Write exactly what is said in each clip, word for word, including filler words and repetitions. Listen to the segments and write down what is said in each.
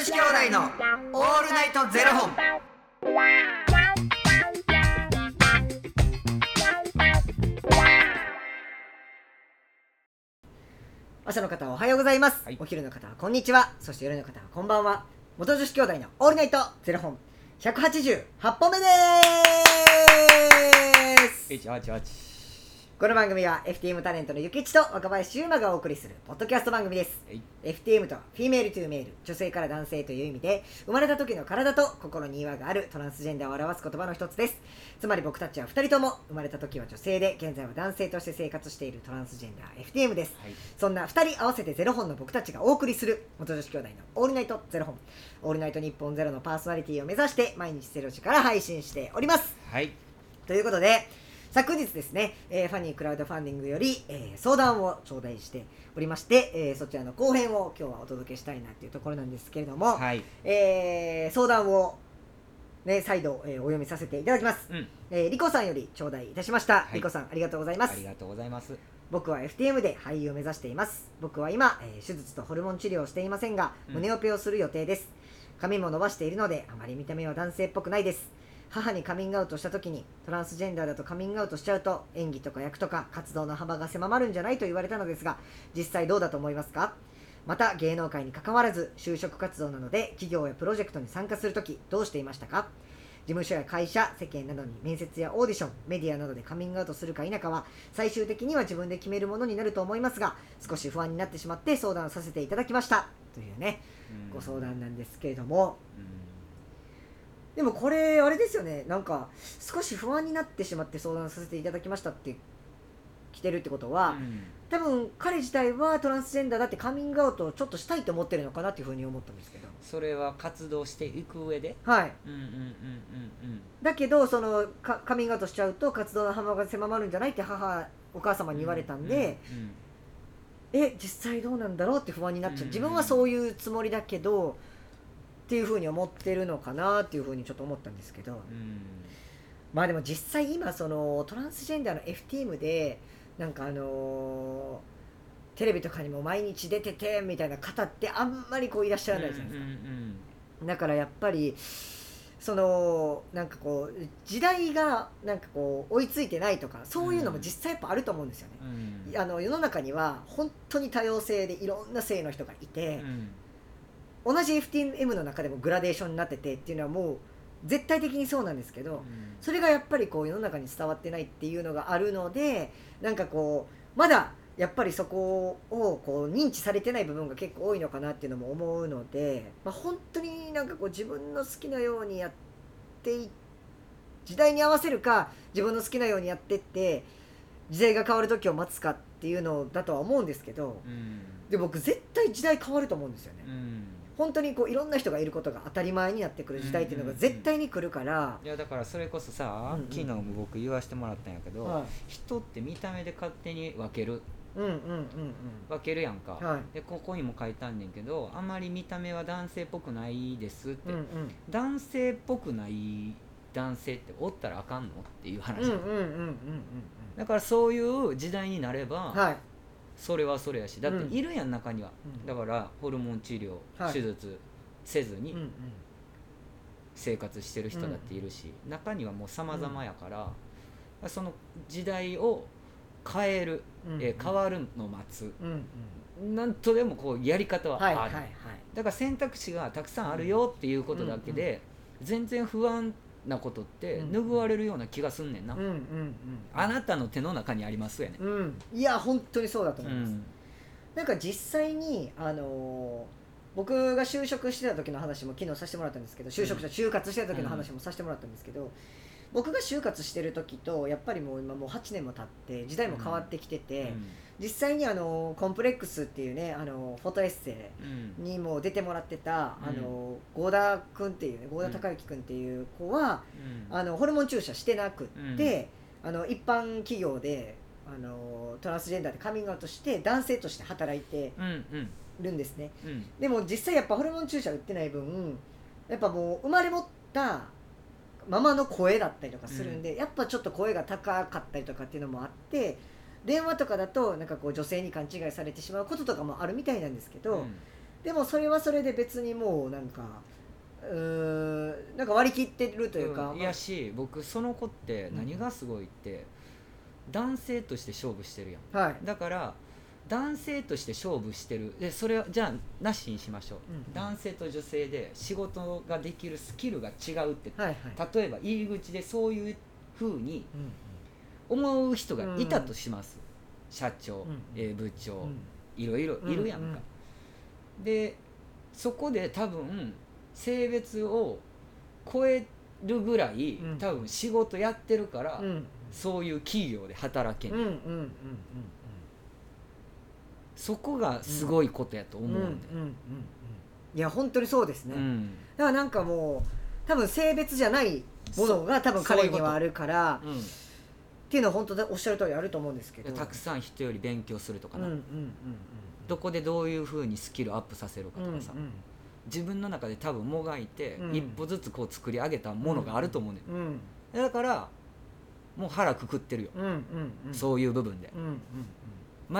子兄弟のオールナイトゼロ本。朝の方はおはようございます、はい、お昼の方はこんにちは、そして夜の方はこんばんは。元女子兄弟のオールナイトゼロ本ひゃくはちじゅうはちほんめでーす。 いちはちはち。 この番組は エフティーエム タレントのゆきちと若林優馬がお送りするポッドキャスト番組です。 エフティーエム とはフィメールトゥーメール、女性から男性という意味で、生まれた時の体と心に違和があるトランスジェンダーを表す言葉の一つです。つまり僕たちはふたりとも生まれた時は女性で現在は男性として生活しているトランスジェンダー エフティーエム です、はい、そんなふたり合わせてゼロ本の僕たちがお送りする元女子兄弟のオールナイトゼロ本、オールナイト日本ゼロのパーソナリティを目指して毎日ゼロ時から配信しております。 はい、 ということで昨日ですね、えー、ファニークラウドファンディングより、えー、相談を頂戴しておりまして、えー、そちらの後編を今日はお届けしたいなというところなんですけれども、 はい、 えー、相談を、ね、再度、えー、お読みさせていただきます、うんえー、リコさんより頂戴いたしました、はい、リコさんありがとうございます。 ありがとうございます。 僕は エフティーエム で俳優を目指しています。僕は今、えー、手術とホルモン治療をしていませんが、うん、胸オペをする予定です。髪も伸ばしているのであまり見た目は男性っぽくないです。母にカミングアウトした時にトランスジェンダーだとカミングアウトしちゃうと演技とか役とか活動の幅が狭まるんじゃないと言われたのですが、実際どうだと思いますか？また芸能界に関わらず就職活動なので企業やプロジェクトに参加するときどうしていましたか？事務所や会社、世間などに面接やオーディション、メディアなどでカミングアウトするか否かは最終的には自分で決めるものになると思いますが、少し不安になってしまって相談させていただきましたというね、ご相談なんですけれども、でもこれあれですよね、なんか少し不安になってしまって相談させていただきましたって来てるってことは、うん、多分彼自体はトランスジェンダーだってカミングアウトをちょっとしたいと思ってるのかなっていうふうに思ったんですけど、 それは活動していく上で、 はいうんうんうんうんうんだけどそのカミングアウトしちゃうと活動の幅が狭まるんじゃないって母お母様に言われたんで、うんうんうん、え実際どうなんだろうって不安になっちゃう、うんうん、自分はそういうつもりだけどっていう風に思ってるのかなっていう風にちょっと思ったんですけど、うん、まあでも実際今そのトランスジェンダーの エフティーエム でなんかあのー、テレビとかにも毎日出ててみたいな方ってあんまりこういらっしゃらないじゃないですか、うんうんうん、だからやっぱりそのなんかこう時代がなんかこう追いついてないとかそういうのも実際やっぱあると思うんですよね、うん、あの世の中には本当に多様性でいろんな性の人がいて、うん同じ エフティーエム の中でもグラデーションになっててっていうのはもう絶対的にそうなんですけど、うん、それがやっぱりこう世の中に伝わってないっていうのがあるので、なんかこうまだやっぱりそこをこう認知されてない部分が結構多いのかなっていうのも思うので、まあ、本当になんかこう自分の好きなようにやってい時代に合わせるか自分の好きなようにやってって時代が変わる時を待つかっていうのだとは思うんですけど、うん、で僕絶対時代変わると思うんですよね、うん本当にこういろんな人がいることが当たり前になってくる時代っていうのが絶対に来るから、うんうんうん、 いやだからそれこそさ、うんうん、昨日も僕言わせてもらったんやけど、はい、人って見た目で勝手に分ける、うんうんうんうん、分けるやんか、はい、でここにも書いたんねんけど、あまり見た目は男性っぽくないですって、うんうん、男性っぽくない男性っておったらあかんのっていう話、うんうんうんうんうん、だからそういう時代になれば、はいそれはそれやし、だっているやん、うん、中には、うん、だからホルモン治療、はい、手術せずに生活してる人だっているし、うん、中にはもう様々やから、うん、その時代を変える、うんえー、変わるのを待つ、うんうん、なんとでもこうやり方はある、はいはいはい、だから選択肢がたくさんあるよっていうことだけで、うん、全然不安なことって拭われるような気がすんねんな、うんうんうん、あなたの手の中にありますよね、 うん、いや本当にそうだと思います、うん、なんか実際に、あのー、僕が就職してた時の話も昨日させてもらったんですけど、就職者、うん、就活してた時の話もさせてもらったんですけど、うん、僕が就活してる時とやっぱりもう今もうはちねんも経って時代も変わってきてて、うん、実際にあのコンプレックスっていうねあのフォトエッセイにも出てもらってた、うん、あの合田くんっていうね合田孝之くんっていう子は、うん、あのホルモン注射してなくって、うん、あの一般企業であのトランスジェンダーでカミングアウトして男性として働いてるんですね、うんうん、でも実際やっぱホルモン注射打ってない分やっぱもう生まれ持ったママの声だったりとかするんで、うん、やっぱちょっと声が高かったりとかっていうのもあって電話とかだとなんかこう女性に勘違いされてしまうこととかもあるみたいなんですけど、うん、 でもそれはそれで別にもうなんかうーんなんか割り切ってるというか、 うん、いやし僕その子って何がすごいって、うん、男性として勝負してるやん、はい、だから男性として勝負してるでそれはじゃあなしにしましょう、うん、男性と女性で仕事ができるスキルが違うって、はいはい、例えば入り口でそういう風に思う人がいたとします、うん、社長、うん、えー、部長、うん、いろいろいるやんか、うんうん、でそこで多分性別を超えるぐらい、うん、多分仕事やってるから、うん、そういう企業で働けん、うんうんうんうん、そこがすごいことやと思うんだよ、うんうんうんうん、 いや本当にそうですね、うん、だからなんかもう多分性別じゃないものが多分彼にはあるからうう、うん、っていうのは本当におっしゃる通りあると思うんですけど、 たくさん人より勉強するとかな、うんうんうんうん、どこでどういうふうにスキルアップさせるかとかさ、うんうん、自分の中で多分もがいて、うん、一歩ずつこう作り上げたものがあると思うね、うんうん、だからもう腹くくってるよ、うんうんうん、そういう部分で、うんうんうん、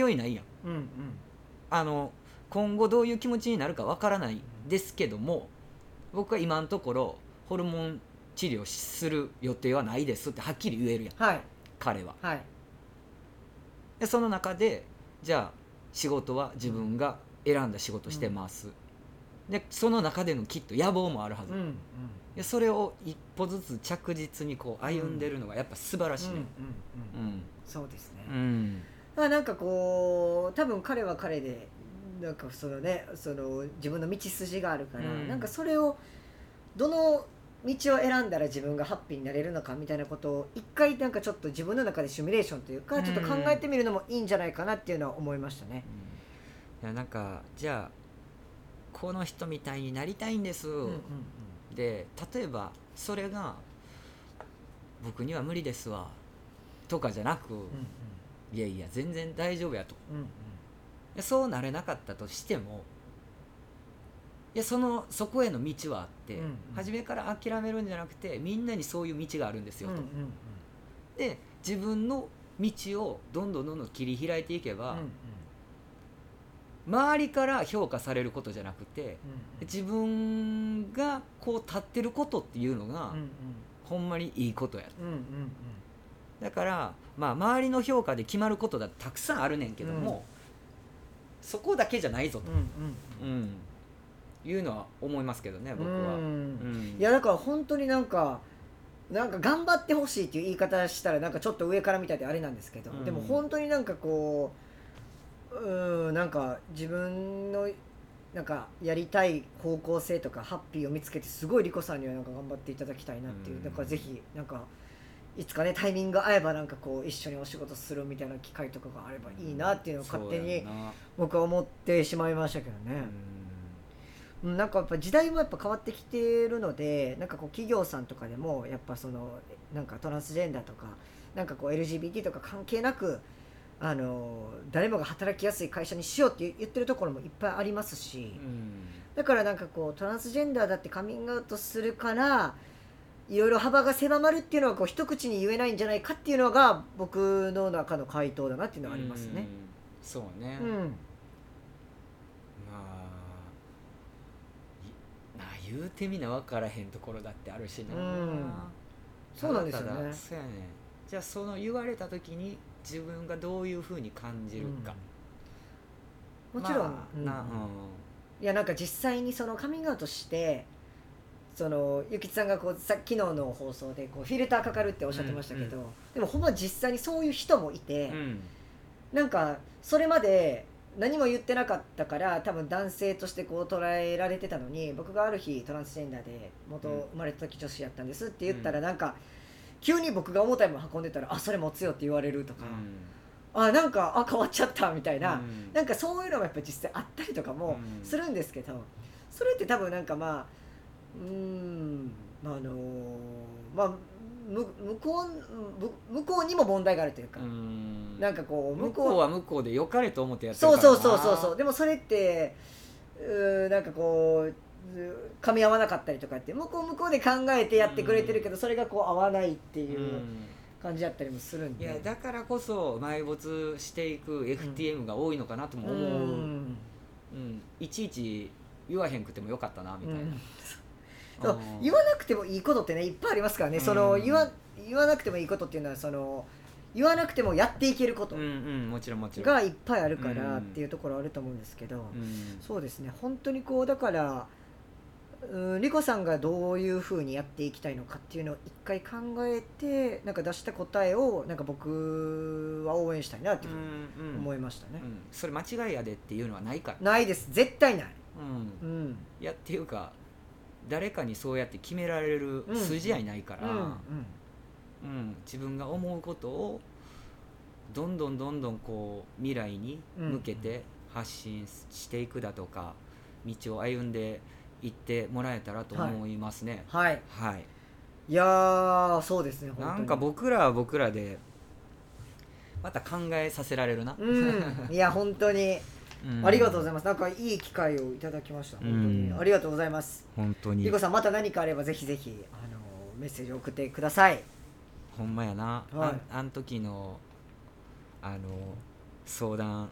迷いないやん、うんうん、あの今後どういう気持ちになるかわからないですけども、僕は今のところホルモン治療する予定はないですってはっきり言えるやん、はい、彼は、はい、でその中でじゃあ仕事は自分が選んだ仕事してます、うん、でその中でのきっと野望もあるはず、うんうん、でそれを一歩ずつ着実にこう歩んでるのがやっぱ素晴らしいね、 うんうんうんうん、そうですね、うん、だからなんかこう多分彼は彼でなんかそのねその自分の道筋があるから、うん、なんかそれをどの道を選んだら自分がハッピーになれるのかみたいなことを一回なんかちょっと自分の中でシミュレーションというか、うん、ちょっと考えてみるのもいいんじゃないかなっていうのは思いましたね、 うん、いやなんかじゃあこの人みたいになりたいんです、うんうんうん、で例えばそれが僕には無理ですわとかじゃなく、うんうん、いやいや全然大丈夫やと、うんうん、そうなれなかったとしてもいや そ, のそこへの道はあって、うんうん、初めから諦めるんじゃなくてみんなにそういう道があるんですよと、うんうんうん、で自分の道をどんどんどんどん切り開いていけば、うんうん、周りから評価されることじゃなくて、うんうん、自分がこう立ってることっていうのが、うんうん、ほんまにいいことや、うんうんうん、だから、まあ、周りの評価で決まることだってたくさんあるねんけども、うん、そこだけじゃないぞと、うんうんうん、いうのは思いますけどね僕は、うんうん、 いやだから本当になんかなんか頑張ってほしいっていう言い方したらなんかちょっと上から見たいであれなんですけど、うん、でも本当になんかこううんなんか自分のなんかやりたい方向性とかハッピーを見つけてすごいリコさんにはなんか頑張っていただきたいなっていう、うん、だからぜひなんかいつかねタイミングが合えばなんかこう一緒にお仕事するみたいな機会とかがあればいいなっていうのを勝手に僕は思ってしまいましたけどね、うん、なんかやっぱ時代もやっぱ変わってきてるのでなんかこう企業さんとかでもやっぱそのなんかトランスジェンダーとかなんかこう エルジービーティー とか関係なくあの誰もが働きやすい会社にしようって言ってるところもいっぱいありますし、うん、だからなんかこうトランスジェンダーだってカミングアウトするからいろいろ幅が狭まるっていうのはこう一口に言えないんじゃないかっていうのが僕の中の回答だなっていうのはありますね、うん、 そうね、うん、まあ言うてみな分からへんところだってあるしな、うん、 そうなんですよね。 そうやね。じゃあその言われた時に自分がどういう風に感じるか、 うん、もちろん、まあうんなうん、いやなんか実際にそのカミングアウトしてそのゆきつさんがこうさ昨日の放送でこうフィルターかかるっておっしゃってましたけど、うんうん、でもほんま実際にそういう人もいて、うん、なんかそれまで何も言ってなかったから多分男性としてこう捉えられてたのに僕がある日トランスジェンダーで元生まれた時女子やったんですって言ったらなんか急に僕が重たいもの運んでたらあそれ持つよって言われるとか、うん、あなんかあ変わっちゃったみたいな、うん、なんかそういうのもやっぱ実際あったりとかもするんですけど、それって多分なんかまあうーんあのー、まあ向こう向こうにも問題があるというか、うん、なんかこう向こうは向こうで良かれと思ってやってるからな。 そうそうそうそうそう。でもそれってうなんかこう噛み合わなかったりとかって向こう向こうで考えてやってくれてるけど、うん、それがこう合わないっていう感じだったりもするんで、 いやだからこそ埋没していく エフティーエム が多いのかなとも思う、うん、 うん、いちいち言わへんくてもよかったなみたいな、うん、 そう言わなくてもいいことってねいっぱいありますからね、うん、その言わ、言わなくてもいいことっていうのはその言わなくてもやっていけることがいっぱいあるからっていうところあると思うんですけど、うん、そうですね本当にこうだからリコさんがどういう風にやっていきたいのかっていうのを一回考えてなんか出した答えをなんか僕は応援したいなっていうふうに思いましたね、うんうん、 それ間違いやでっていうのはないからないです絶対ない、 うんうん、いやっていうか誰かにそうやって決められる筋合いないから、うんうんうんうん、自分が思うことをどんどんどんどんこう未来に向けて発信していくだとか、道を歩んでいってもらえたらと思いますね。 はい、 はいはい、 いやーそうですね。 本当になんか僕らは僕らでまた考えさせられるな、 うん、いや本当にうん、ありがとうございます。なんかいい機会をいただきました。本当に、うん、ありがとうございます。 本当に。 リコさんまた何かあればぜひぜひあのメッセージを送ってください。 ほんまやな。はい、あ, あの時のあの相談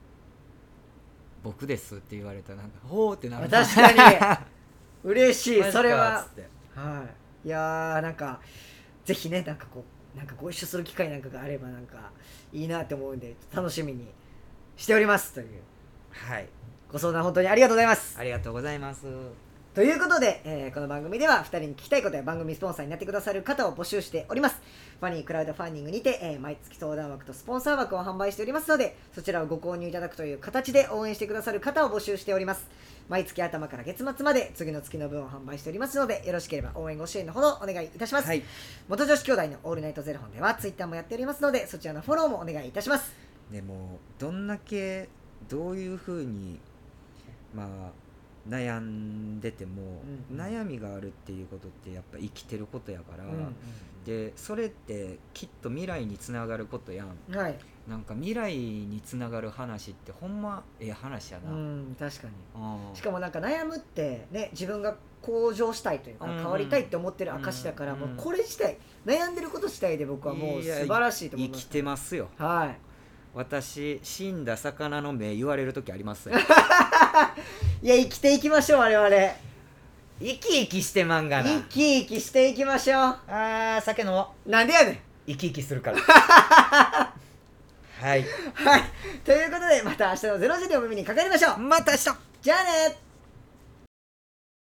僕ですって言われたらなんかほーってなる。 確かに嬉しいそれは。はい。いやーなんかぜひねなんかこうなんかご一緒する機会なんかがあればなんかいいなって思うんで楽しみにしておりますという。 はい、 ご相談本当にありがとうございます。 ありがとうございます。 ということで、えー、この番組ではふたりに聞きたいことや番組スポンサーになってくださる方を募集しております。ファニークラウドファンディングにて、えー、毎月相談枠とスポンサー枠を販売しておりますのでそちらをご購入いただくという形で応援してくださる方を募集しております。毎月頭から月末まで次の月の分を販売しておりますのでよろしければ応援ご支援のほどお願いいたします、はい、元女子兄弟のオールナイトゼロ本ではツイッターもやっておりますのでそちらのフォローもお願いいたします。 でもどんだけどういうふうにまあ悩んでても、うんうん、悩みがあるっていうことってやっぱ生きてることやから、うんうん、でそれってきっと未来につながることやん、 はい、 なんか未来につながる話ってほんまええ話やな、 うん、確かに。しかもなんか悩むってね自分が向上したいというか、うんうん、変わりたいって思ってる証だから、うんうん、もうこれ自体悩んでること自体で僕はもう素晴らしいと思います。 生きてますよ。 はい。 私死んだ魚の目言われる時ありますよいや生きていきましょう我々。 生き生きしてまんがな。 生き生きしていきましょう。 あー酒飲もう。なんでやねん。 生き生きするからはいはいということでまた明日のゼロじでお耳にかかりましょう。 また明日。 じゃあね。